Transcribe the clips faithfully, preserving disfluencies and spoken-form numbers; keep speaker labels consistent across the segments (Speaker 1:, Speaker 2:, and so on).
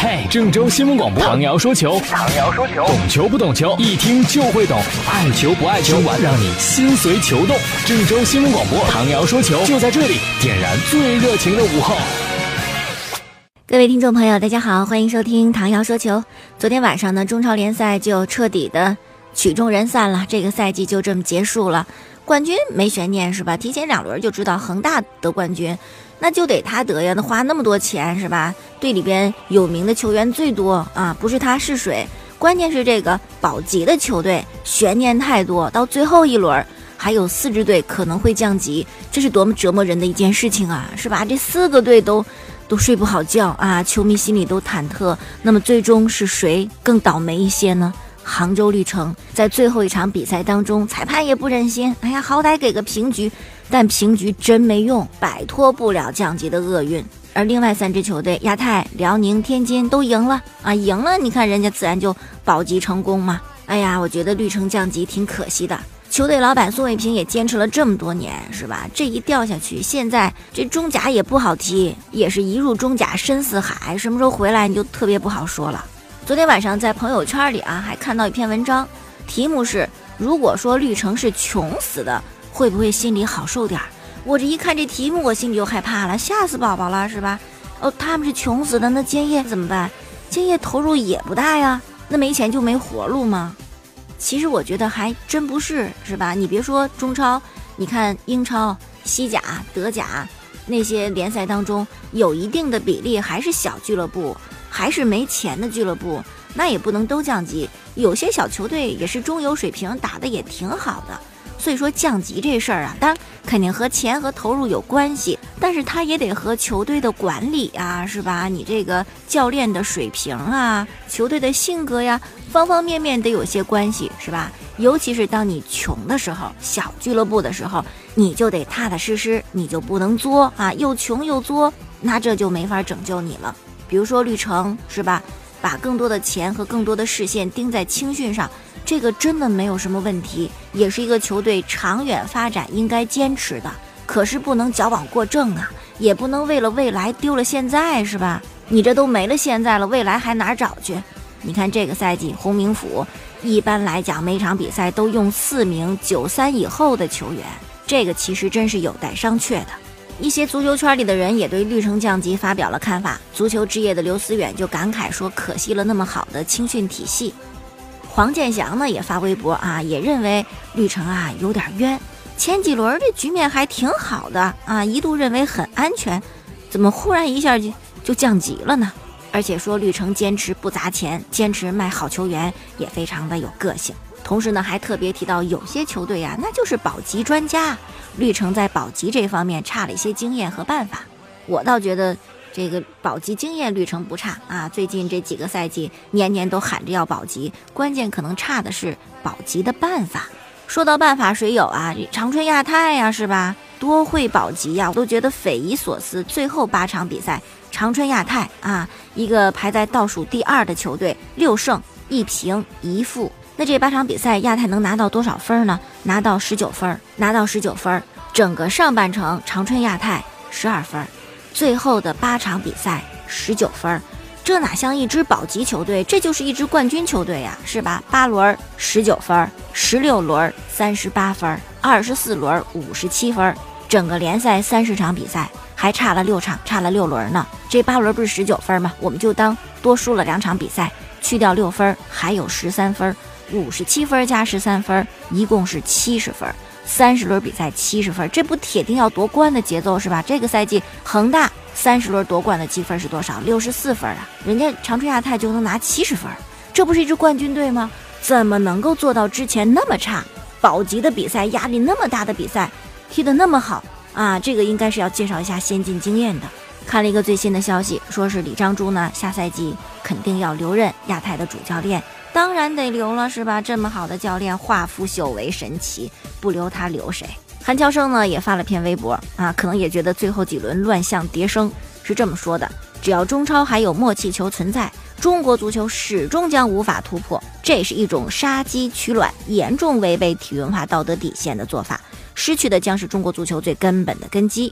Speaker 1: 嘿，郑州新闻广播，唐瑶说球，
Speaker 2: 唐瑶说球，
Speaker 1: 懂球不懂球，一听就会懂，爱球不爱球，让你心随球动。郑州新闻广播，唐瑶说球，就在这里，点燃最热情的午后。
Speaker 3: 各位听众朋友大家好，欢迎收听唐瑶说球。昨天晚上呢，中超联赛就彻底的曲终人散了，这个赛季就这么结束了。冠军没悬念是吧？提前两轮就知道恒大得冠军，那就得他得呀，那花那么多钱是吧？队里边有名的球员最多啊，不是他是谁？关键是这个保级的球队悬念太多，到最后一轮还有四支队可能会降级，这是多么折磨人的一件事情啊，是吧？这四个队都都睡不好觉啊，球迷心里都忐忑。那么最终是谁更倒霉一些呢？杭州绿城在最后一场比赛当中，裁判也不忍心，哎呀，好歹给个平局，但平局真没用，摆脱不了降级的厄运。而另外三支球队亚泰、辽宁、天津都赢了啊，赢了，你看人家自然就保级成功嘛。哎呀，我觉得绿城降级挺可惜的。球队老板宋卫平也坚持了这么多年，是吧？这一掉下去，现在这中甲也不好踢，也是一入中甲深似海，什么时候回来你就特别不好说了。昨天晚上在朋友圈里啊，还看到一篇文章，题目是如果说绿城是穷死的，会不会心里好受点？我这一看这题目，我心里就害怕了，吓死宝宝了是吧？哦，他们是穷死的，那建业怎么办？建业投入也不大呀，那没钱就没活路吗？其实我觉得还真不是，是吧？你别说中超，你看英超、西甲、德甲那些联赛当中，有一定的比例还是小俱乐部，还是没钱的俱乐部，那也不能都降级。有些小球队也是中游水平，打得也挺好的。所以说降级这事儿啊，当然肯定和钱和投入有关系，但是它也得和球队的管理啊，是吧？你这个教练的水平啊，球队的性格呀，方方面面得有些关系，是吧？尤其是当你穷的时候，小俱乐部的时候，你就得踏踏实实，你就不能作啊，又穷又作，那这就没法拯救你了。比如说绿城，是吧？把更多的钱和更多的视线盯在青训上，这个真的没有什么问题，也是一个球队长远发展应该坚持的。可是不能矫枉过正啊，也不能为了未来丢了现在，是吧？你这都没了现在了，未来还哪儿找去？你看这个赛季洪明甫一般来讲每场比赛都用四名九三以后的球员，这个其实真是有待商榷的。一些足球圈里的人也对绿城降级发表了看法，足球之夜的刘思远就感慨说，可惜了那么好的青训体系。黄健翔呢也发微博啊，也认为绿城啊有点冤，前几轮这局面还挺好的啊，一度认为很安全，怎么忽然一下就就降级了呢？而且说绿城坚持不砸钱，坚持卖好球员，也非常的有个性。同时呢，还特别提到有些球队呀、啊，那就是保级专家，绿城在保级这方面差了一些经验和办法。我倒觉得这个保级经验绿城不差啊，最近这几个赛季年年都喊着要保级，关键可能差的是保级的办法。说到办法谁有啊？长春亚泰呀、啊，是吧？多会保级呀、啊，我都觉得匪夷所思。最后八场比赛，长春亚泰啊，一个排在倒数第二的球队，六胜一平一负。那这八场比赛，亚泰能拿到多少分呢？拿到十九分，拿到十九分。整个上半程，长春亚泰十二分，最后的八场比赛十九分，这哪像一支保级球队？这就是一支冠军球队呀，是吧？八轮十九分，十六轮三十八分，二十四轮五十七分，整个联赛三十场比赛还差了六场，差了六轮呢。这八轮不是十九分吗？我们就当多输了两场比赛，去掉六分，还有十三分。五十七分加十三分，一共是七十分。三十轮比赛七十分，这不铁定要夺冠的节奏是吧？这个赛季恒大三十轮夺冠的积分是多少？六十四分啊！人家长春亚泰就能拿七十分，这不是一支冠军队吗？怎么能够做到之前那么差？保级的比赛，压力那么大的比赛，踢得那么好啊！这个应该是要介绍一下先进经验的。看了一个最新的消息，说是李章洙呢，下赛季肯定要留任亚泰的主教练。当然得留了是吧？这么好的教练，化腐朽为神奇，不留他留谁？韩乔生呢也发了篇微博啊，可能也觉得最后几轮乱象迭生，是这么说的：只要中超还有默契球存在，中国足球始终将无法突破，这是一种杀鸡取卵、严重违背体育文化道德底线的做法，失去的将是中国足球最根本的根基。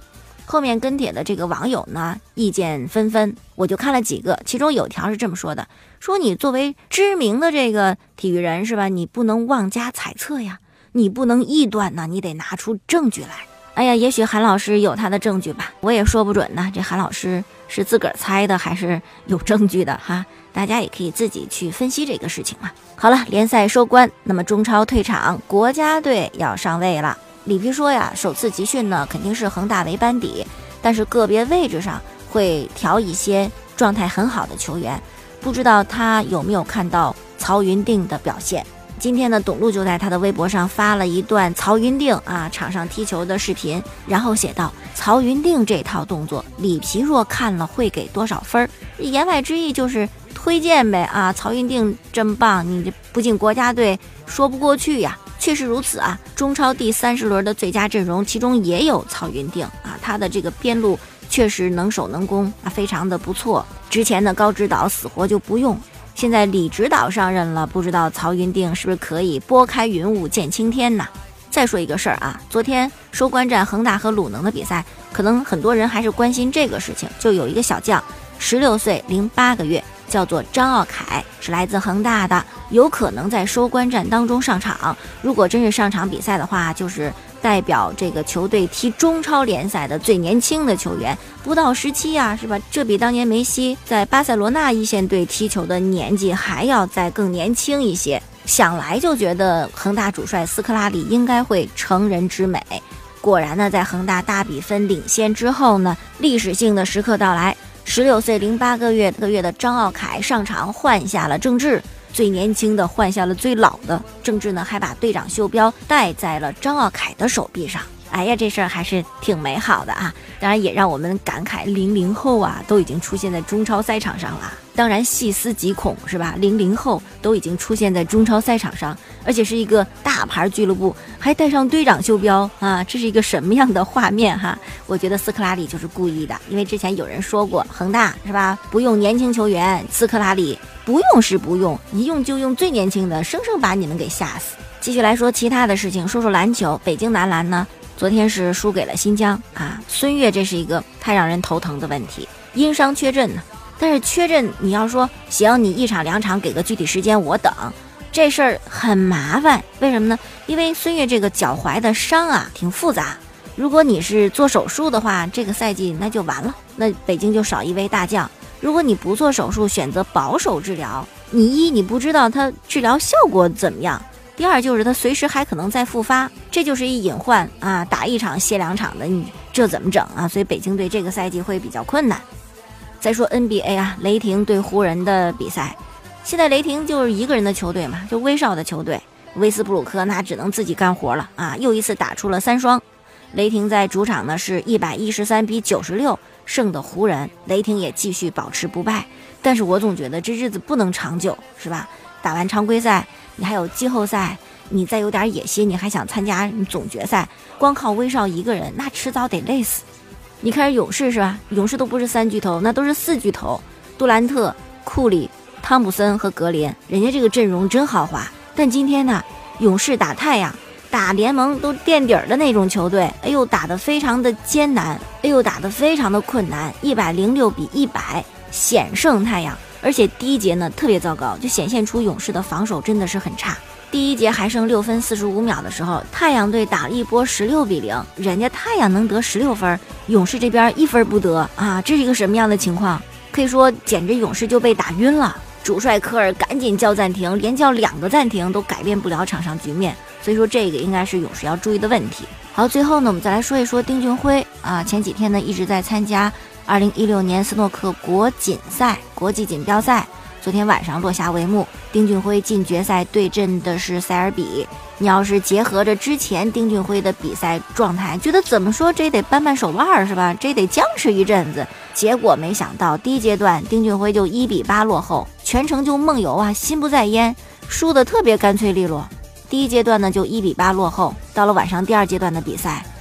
Speaker 3: 后面跟帖的这个网友呢，意见纷纷，我就看了几个，其中有条是这么说的，说你作为知名的这个体育人是吧，你不能妄加猜测呀，你不能臆断呢，你得拿出证据来。哎呀，也许韩老师有他的证据吧，我也说不准呢，这韩老师是自个儿猜的还是有证据的哈，大家也可以自己去分析这个事情嘛。好了，联赛收官，那么中超退场，国家队要上位了。里皮说呀，首次集训呢肯定是恒大为班底，但是个别位置上会调一些状态很好的球员，不知道他有没有看到曹云定的表现。今天呢，董路就在他的微博上发了一段曹云定啊场上踢球的视频，然后写道：曹云定这套动作，里皮若看了会给多少分？言外之意就是推荐呗啊，曹云定真棒，你这不进国家队说不过去呀。确实如此啊，中超第三十轮的最佳阵容，其中也有曹云定啊，他的这个边路确实能守能攻啊，非常的不错。之前的高指导死活就不用，现在李指导上任了，不知道曹云定是不是可以拨开云雾见青天呢？再说一个事儿啊，昨天收官战恒大和鲁能的比赛，可能很多人还是关心这个事情，就有一个小将，十六岁零八个月，叫做张奥凯，是来自恒大的，有可能在收官战当中上场。如果真是上场比赛的话，就是代表这个球队踢中超联赛的最年轻的球员，不到十七啊，是吧？这比当年梅西在巴塞罗那一线队踢球的年纪还要再更年轻一些。想来就觉得恒大主帅斯科拉里应该会成人之美。果然呢，在恒大大比分领先之后呢，历史性的时刻到来，十六岁零八个月个月的张奥凯上场换下了郑智，最年轻的换下了最老的，郑智呢还把队长袖标戴在了张奥凯的手臂上。哎呀，这事儿还是挺美好的啊！当然也让我们感慨，零零后啊都已经出现在中超赛场上了。当然细思极恐是吧？零零后都已经出现在中超赛场上，而且是一个大牌俱乐部，还带上队长袖标啊！这是一个什么样的画面哈？我觉得斯科拉里就是故意的，因为之前有人说过恒大是吧，不用年轻球员，斯科拉里不用是不用，一用就用最年轻的，生生把你们给吓死。继续来说其他的事情，说说篮球，北京男篮呢？昨天是输给了新疆啊，孙悦这是一个太让人头疼的问题，因伤缺阵呢。但是缺阵，你要说行，你一场两场给个具体时间我等，这事儿很麻烦。为什么呢？因为孙悦这个脚踝的伤啊挺复杂，如果你是做手术的话，这个赛季那就完了，那北京就少一位大将。如果你不做手术，选择保守治疗，你一你不知道它治疗效果怎么样。第二就是他随时还可能再复发，这就是一隐患啊！打一场歇两场的，你这怎么整啊？所以北京队这个赛季会比较困难。再说 N B A 啊，雷霆对湖人的比赛，现在雷霆就是一个人的球队嘛，就威少的球队，威斯布鲁克那只能自己干活了啊！又一次打出了三双，雷霆在主场呢是一百一十三比九十六胜的湖人，雷霆也继续保持不败。但是我总觉得这日子不能长久，是吧？打完常规赛，你还有季后赛，你再有点野心，你还想参加总决赛，光靠威少一个人，那迟早得累死。你看勇士是吧？勇士都不是三巨头，那都是四巨头，杜兰特、库里、汤普森和格林，人家这个阵容真豪华。但今天呢，勇士打太阳，打联盟都垫底儿的那种球队，哎呦，打得非常的艰难，哎呦，打得非常的困难，一百零六比一百险胜太阳。而且第一节呢特别糟糕，就显现出勇士的防守真的是很差。第一节还剩六分四十五秒的时候，太阳队打了一波十六比零，人家太阳能得十六分，勇士这边一分不得啊！这是一个什么样的情况？可以说简直勇士就被打晕了。主帅科尔赶紧叫暂停，连叫两个暂停都改变不了场上局面，所以说这个应该是勇士要注意的问题。好，最后呢，我们再来说一说丁俊晖啊，前几天呢一直在参加二零一六年斯诺克国锦赛国际锦标赛，昨天晚上落下帷幕，丁俊晖进决赛对阵的是塞尔比。你要是结合着之前丁俊晖的比赛状态，觉得怎么说这得扳扳手腕是吧？这得僵持一阵子。结果没想到第一阶段丁俊晖就一比八落后，全程就梦游啊，心不在焉，输得特别干脆利落。第一阶段呢就一比八落后，到了晚上第二阶段的比赛，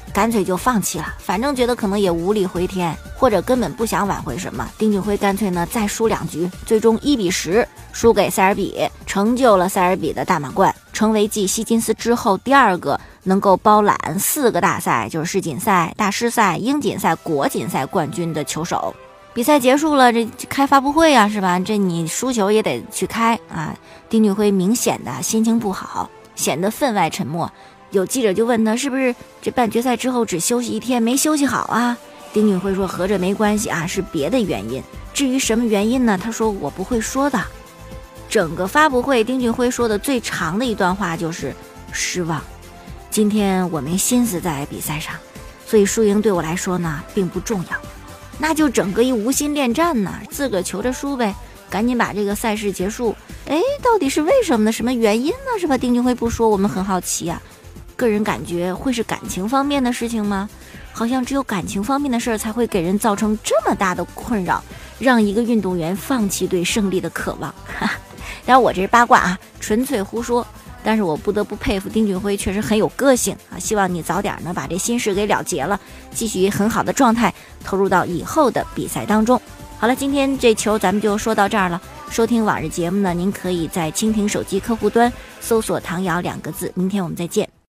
Speaker 3: 干脆就放弃了，反正觉得可能也无力回天，或者根本不想挽回什么。丁俊晖干脆呢再输两局，最终一比十输给塞尔比，成就了塞尔比的大满贯，成为继希金斯之后第二个能够包揽四个大赛，就是世锦赛、大师赛、英锦赛、国锦赛冠军的球手。比赛结束了，这开发布会啊，是吧？这你输球也得去开啊。丁俊晖明显的心情不好，显得分外沉默。有记者就问他，是不是这半决赛之后只休息一天没休息好啊？丁俊晖说，和这没关系啊，是别的原因。至于什么原因呢？他说我不会说的。整个发布会，丁俊晖说的最长的一段话就是失望。今天我没心思在比赛上，所以输赢对我来说呢并不重要。那就整个一无心恋战呢，自个求着输呗，赶紧把这个赛事结束。哎，到底是为什么呢？什么原因呢？是吧？丁俊晖不说，我们很好奇啊。个人感觉会是感情方面的事情吗？好像只有感情方面的事儿才会给人造成这么大的困扰，让一个运动员放弃对胜利的渴望。然后我这是八卦啊，纯粹胡说。但是我不得不佩服丁俊晖，确实很有个性啊！希望你早点呢把这心事给了结了，继续很好的状态投入到以后的比赛当中。好了，今天这球咱们就说到这儿了。收听往日节目呢，您可以在蜻蜓手机客户端搜索唐瑶两个字。明天我们再见。